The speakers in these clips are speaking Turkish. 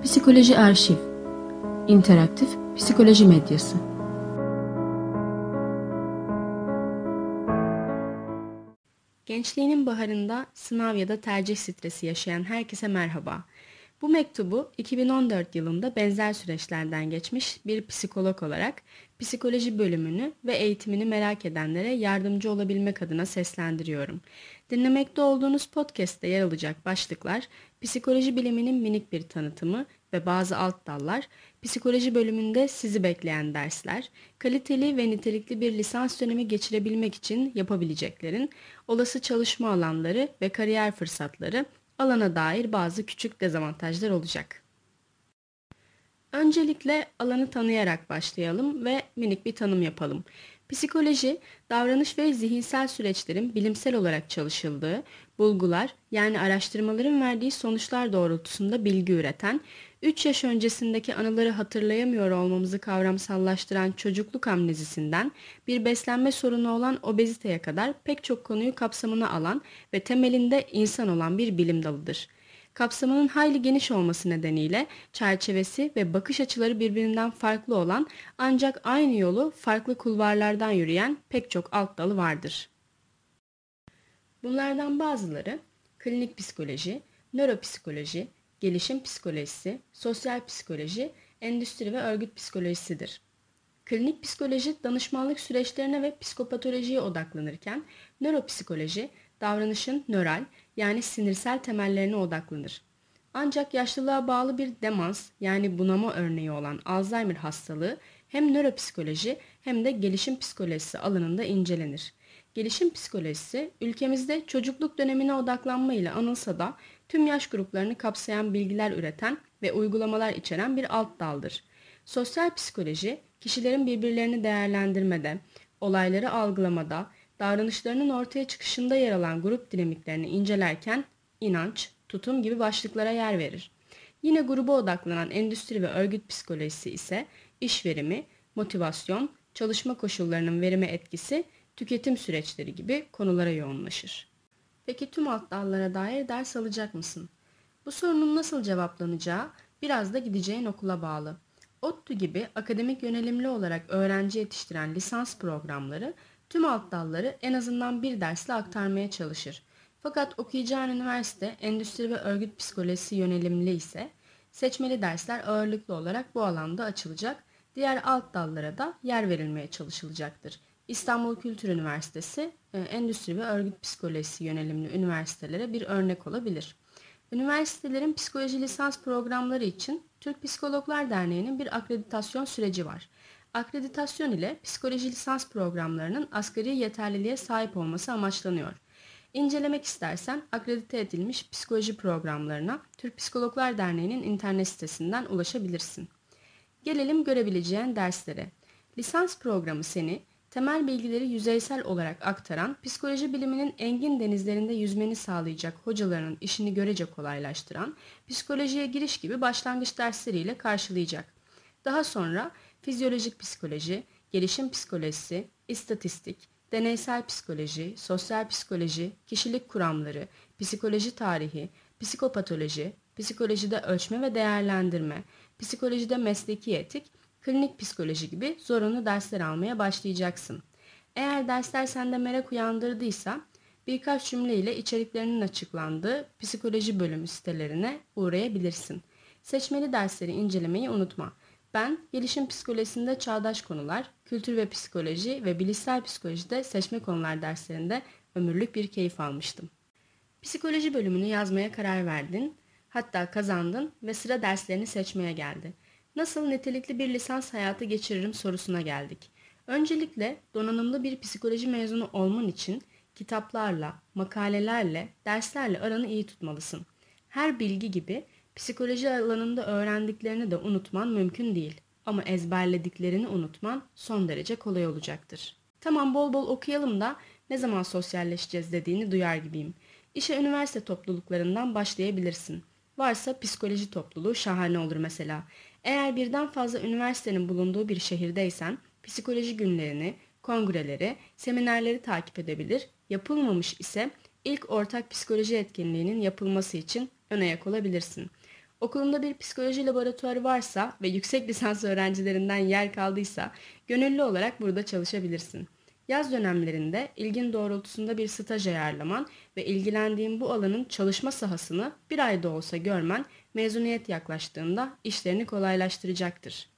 Psikoloji Arşiv, interaktif psikoloji medyası. Gençliğinin baharında sınav ya da tercih stresi yaşayan herkese merhaba. Bu mektubu 2014 yılında benzer süreçlerden geçmiş bir psikolog olarak psikoloji bölümünü ve eğitimini merak edenlere yardımcı olabilmek adına seslendiriyorum. Dinlemekte olduğunuz podcast'te yer alacak başlıklar, psikoloji biliminin minik bir tanıtımı ve bazı alt dallar, psikoloji bölümünde sizi bekleyen dersler, kaliteli ve nitelikli bir lisans dönemi geçirebilmek için yapabileceklerin, olası çalışma alanları ve kariyer fırsatları, alana dair bazı küçük dezavantajlar olacak. Öncelikle alanı tanıyarak başlayalım ve minik bir tanım yapalım. Psikoloji, davranış ve zihinsel süreçlerin bilimsel olarak çalışıldığı, bulgular yani araştırmaların verdiği sonuçlar doğrultusunda bilgi üreten, 3 yaş öncesindeki anıları hatırlayamıyor olmamızı kavramsallaştıran çocukluk amnezisinden bir beslenme sorunu olan obeziteye kadar pek çok konuyu kapsamına alan ve temelinde insan olan bir bilim dalıdır. Kapsamının hayli geniş olması nedeniyle çerçevesi ve bakış açıları birbirinden farklı olan ancak aynı yolu farklı kulvarlardan yürüyen pek çok alt dalı vardır. Bunlardan bazıları klinik psikoloji, nöropsikoloji, gelişim psikolojisi, sosyal psikoloji, endüstri ve örgüt psikolojisidir. Klinik psikoloji danışmanlık süreçlerine ve psikopatolojiye odaklanırken, nöropsikoloji davranışın nöral yani sinirsel temellerine odaklanır. Ancak yaşlılığa bağlı bir demans yani bunama örneği olan Alzheimer hastalığı hem nöropsikoloji hem de gelişim psikolojisi alanında incelenir. Gelişim psikolojisi ülkemizde çocukluk dönemine odaklanmayla anılsa da tüm yaş gruplarını kapsayan bilgiler üreten ve uygulamalar içeren bir alt daldır. Sosyal psikoloji, kişilerin birbirlerini değerlendirmede, olayları algılamada, davranışlarının ortaya çıkışında yer alan grup dinamiklerini incelerken inanç, tutum gibi başlıklara yer verir. Yine gruba odaklanan endüstri ve örgüt psikolojisi ise iş verimi, motivasyon, çalışma koşullarının verime etkisi, tüketim süreçleri gibi konulara yoğunlaşır. Peki tüm alt dallara dair ders alacak mısın? Bu sorunun nasıl cevaplanacağı biraz da gideceğin okula bağlı. ODTÜ gibi akademik yönelimli olarak öğrenci yetiştiren lisans programları tüm alt dalları en azından bir dersle aktarmaya çalışır. Fakat okuyacağın üniversite endüstri ve örgüt psikolojisi yönelimli ise seçmeli dersler ağırlıklı olarak bu alanda açılacak, diğer alt dallara da yer verilmeye çalışılacaktır. İstanbul Kültür Üniversitesi endüstri ve örgüt psikolojisi yönelimli üniversitelere bir örnek olabilir. Üniversitelerin psikoloji lisans programları için Türk Psikologlar Derneği'nin bir akreditasyon süreci var. Akreditasyon ile psikoloji lisans programlarının asgari yeterliliğe sahip olması amaçlanıyor. İncelemek istersen akredite edilmiş psikoloji programlarına Türk Psikologlar Derneği'nin internet sitesinden ulaşabilirsin. Gelelim görebileceğin derslere. Lisans programı seni temel bilgileri yüzeysel olarak aktaran, psikoloji biliminin engin denizlerinde yüzmeni sağlayacak hocaların işini görece kolaylaştıran, psikolojiye giriş gibi başlangıç dersleriyle karşılayacak. Daha sonra fizyolojik psikoloji, gelişim psikolojisi, istatistik, deneysel psikoloji, sosyal psikoloji, kişilik kuramları, psikoloji tarihi, psikopatoloji, psikolojide ölçme ve değerlendirme, psikolojide mesleki etik, klinik psikoloji gibi zorunlu dersler almaya başlayacaksın. Eğer dersler sende merak uyandırdıysa birkaç cümleyle içeriklerinin açıklandığı psikoloji bölümü sitelerine uğrayabilirsin. Seçmeli dersleri incelemeyi unutma. Ben gelişim psikolojisinde çağdaş konular, kültür ve psikoloji ve bilişsel psikolojide seçme konular derslerinde ömürlük bir keyif almıştım. Psikoloji bölümünü yazmaya karar verdin, hatta kazandın ve sıra derslerini seçmeye geldi. Nasıl nitelikli bir lisans hayatı geçiririm sorusuna geldik. Öncelikle donanımlı bir psikoloji mezunu olman için kitaplarla, makalelerle, derslerle aranı iyi tutmalısın. Her bilgi gibi psikoloji alanında öğrendiklerini de unutman mümkün değil. Ama ezberlediklerini unutman son derece kolay olacaktır. Tamam bol bol okuyalım da ne zaman sosyalleşeceğiz dediğini duyar gibiyim. İşe üniversite topluluklarından başlayabilirsin. Varsa psikoloji topluluğu şahane olur mesela. Eğer birden fazla üniversitenin bulunduğu bir şehirdeysen psikoloji günlerini, kongreleri, seminerleri takip edebilir. Yapılmamış ise ilk ortak psikoloji etkinliğinin yapılması için ön ayak olabilirsin. Okulunda bir psikoloji laboratuvarı varsa ve yüksek lisans öğrencilerinden yer kaldıysa gönüllü olarak burada çalışabilirsin. Yaz dönemlerinde ilgin doğrultusunda bir staj ayarlaman ve ilgilendiğin bu alanın çalışma sahasını bir ayda olsa görmen mezuniyet yaklaştığında işlerini kolaylaştıracaktır.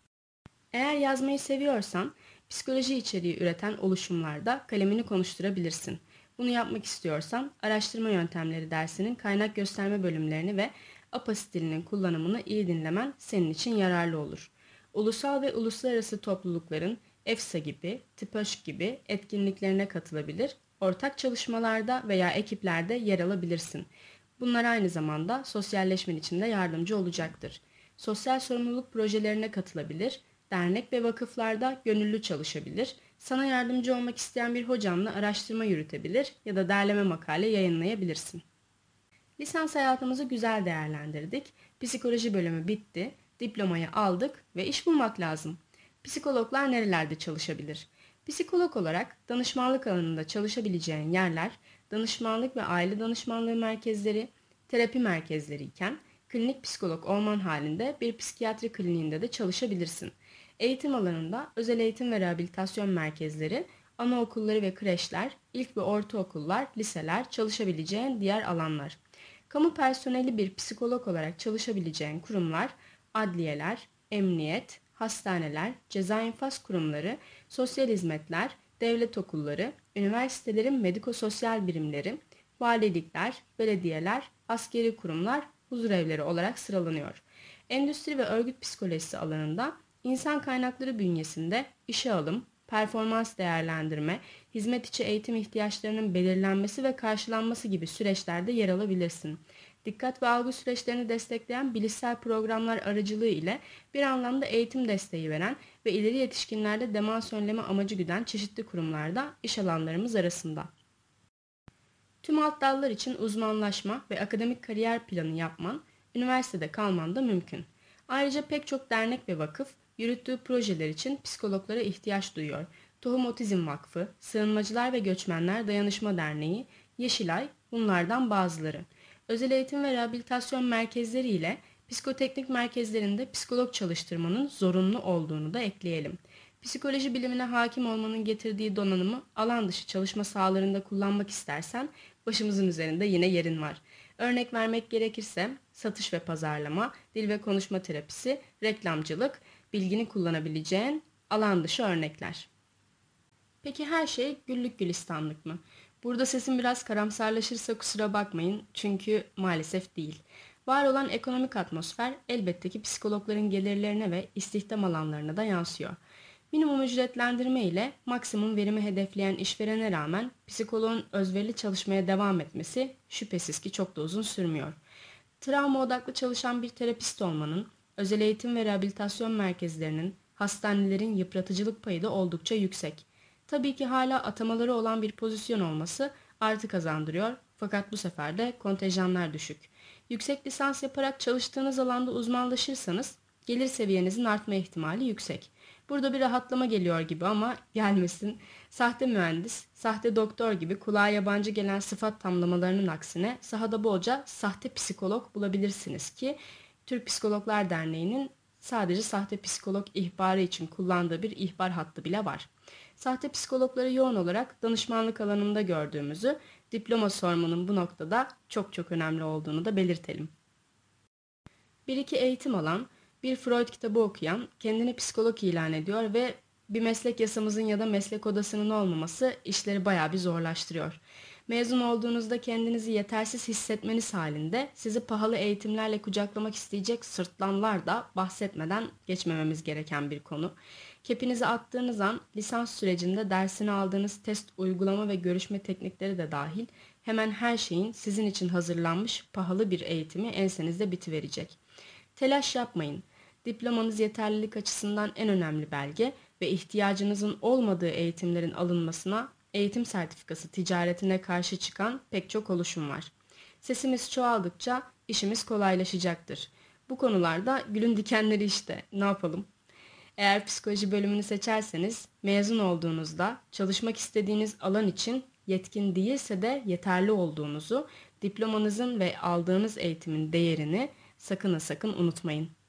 Eğer yazmayı seviyorsan, psikoloji içeriği üreten oluşumlarda kalemini konuşturabilirsin. Bunu yapmak istiyorsan, araştırma yöntemleri dersinin kaynak gösterme bölümlerini ve APA stilinin kullanımını iyi dinlemen senin için yararlı olur. Ulusal ve uluslararası toplulukların EFSA gibi, TİPÖŞ gibi etkinliklerine katılabilir, ortak çalışmalarda veya ekiplerde yer alabilirsin. Bunlar aynı zamanda sosyalleşmen için de yardımcı olacaktır. Sosyal sorumluluk projelerine katılabilir, dernek ve vakıflarda gönüllü çalışabilir, sana yardımcı olmak isteyen bir hocanla araştırma yürütebilir ya da derleme makale yayınlayabilirsin. Lisans hayatımızı güzel değerlendirdik. Psikoloji bölümü bitti, diplomayı aldık ve iş bulmak lazım. Psikologlar nerelerde çalışabilir? Psikolog olarak danışmanlık alanında çalışabileceğin yerler, danışmanlık ve aile danışmanlığı merkezleri, terapi merkezleri iken, klinik psikolog olman halinde bir psikiyatri kliniğinde de çalışabilirsin. Eğitim alanında özel eğitim ve rehabilitasyon merkezleri, anaokulları ve kreşler, ilk ve ortaokullar, liseler çalışabileceğin diğer alanlar. Kamu personeli bir psikolog olarak çalışabileceğin kurumlar, adliyeler, emniyet, hastaneler, ceza infaz kurumları, sosyal hizmetler, devlet okulları, üniversitelerin mediko-sosyal birimleri, valilikler, belediyeler, askeri kurumlar, huzurevleri olarak sıralanıyor. Endüstri ve örgüt psikolojisi alanında insan kaynakları bünyesinde işe alım, performans değerlendirme, hizmet içi eğitim ihtiyaçlarının belirlenmesi ve karşılanması gibi süreçlerde yer alabilirsin. Dikkat ve algı süreçlerini destekleyen bilişsel programlar aracılığı ile bir anlamda eğitim desteği veren ve ileri yetişkinlerde demans önleme amacı güden çeşitli kurumlarda iş alanlarımız arasında. Tüm alt dallar için uzmanlaşma ve akademik kariyer planı yapman, üniversitede kalman da mümkün. Ayrıca pek çok dernek ve vakıf yürüttüğü projeler için psikologlara ihtiyaç duyuyor. Tohum Otizm Vakfı, Sığınmacılar ve Göçmenler Dayanışma Derneği, Yeşilay bunlardan bazıları. Özel eğitim ve rehabilitasyon merkezleri ile psikoteknik merkezlerinde psikolog çalıştırmanın zorunlu olduğunu da ekleyelim. Psikoloji bilimine hakim olmanın getirdiği donanımı alan dışı çalışma sahalarında kullanmak istersen başımızın üzerinde yine yerin var. Örnek vermek gerekirse satış ve pazarlama, dil ve konuşma terapisi, reklamcılık, bilgini kullanabileceğin alan dışı örnekler. Peki her şey güllük gülistanlık mı? Burada sesim biraz karamsarlaşırsa kusura bakmayın çünkü maalesef değil. Var olan ekonomik atmosfer elbette ki psikologların gelirlerine ve istihdam alanlarına da yansıyor. Minimum ücretlendirme ile maksimum verimi hedefleyen işverene rağmen psikoloğun özverili çalışmaya devam etmesi şüphesiz ki çok da uzun sürmüyor. Travma odaklı çalışan bir terapist olmanın, özel eğitim ve rehabilitasyon merkezlerinin, hastanelerin yıpratıcılık payı da oldukça yüksek. Tabii ki hala atamaları olan bir pozisyon olması artı kazandırıyor fakat bu sefer de kontenjanlar düşük. Yüksek lisans yaparak çalıştığınız alanda uzmanlaşırsanız gelir seviyenizin artma ihtimali yüksek. Burada bir rahatlama geliyor gibi ama gelmesin. Sahte mühendis, sahte doktor gibi kulağa yabancı gelen sıfat tamlamalarının aksine sahada bolca sahte psikolog bulabilirsiniz ki Türk Psikologlar Derneği'nin sadece sahte psikolog ihbarı için kullandığı bir ihbar hattı bile var. Sahte psikologları yoğun olarak danışmanlık alanında gördüğümüzü, diploma sormanın bu noktada çok çok önemli olduğunu da belirtelim. Bir iki eğitim alan, bir Freud kitabı okuyan kendini psikolog ilan ediyor ve bir meslek yasamızın ya da meslek odasının olmaması işleri bayağı bir zorlaştırıyor. Mezun olduğunuzda kendinizi yetersiz hissetmeniz halinde sizi pahalı eğitimlerle kucaklamak isteyecek sırtlanlar da bahsetmeden geçmememiz gereken bir konu. Kepinizi attığınız an lisans sürecinde dersini aldığınız test, uygulama ve görüşme teknikleri de dahil hemen her şeyin sizin için hazırlanmış pahalı bir eğitimi ensenizde bitiverecek. Telaş yapmayın. Diplomanız yeterlilik açısından en önemli belge ve ihtiyacınızın olmadığı eğitimlerin alınmasına eğitim sertifikası ticaretine karşı çıkan pek çok oluşum var. Sesimiz çoğaldıkça işimiz kolaylaşacaktır. Bu konularda gülün dikenleri işte. Ne yapalım? Eğer psikoloji bölümünü seçerseniz mezun olduğunuzda çalışmak istediğiniz alan için yetkin değilse de yeterli olduğunuzu, diplomanızın ve aldığınız eğitimin değerini Sakın ha sakın unutmayın.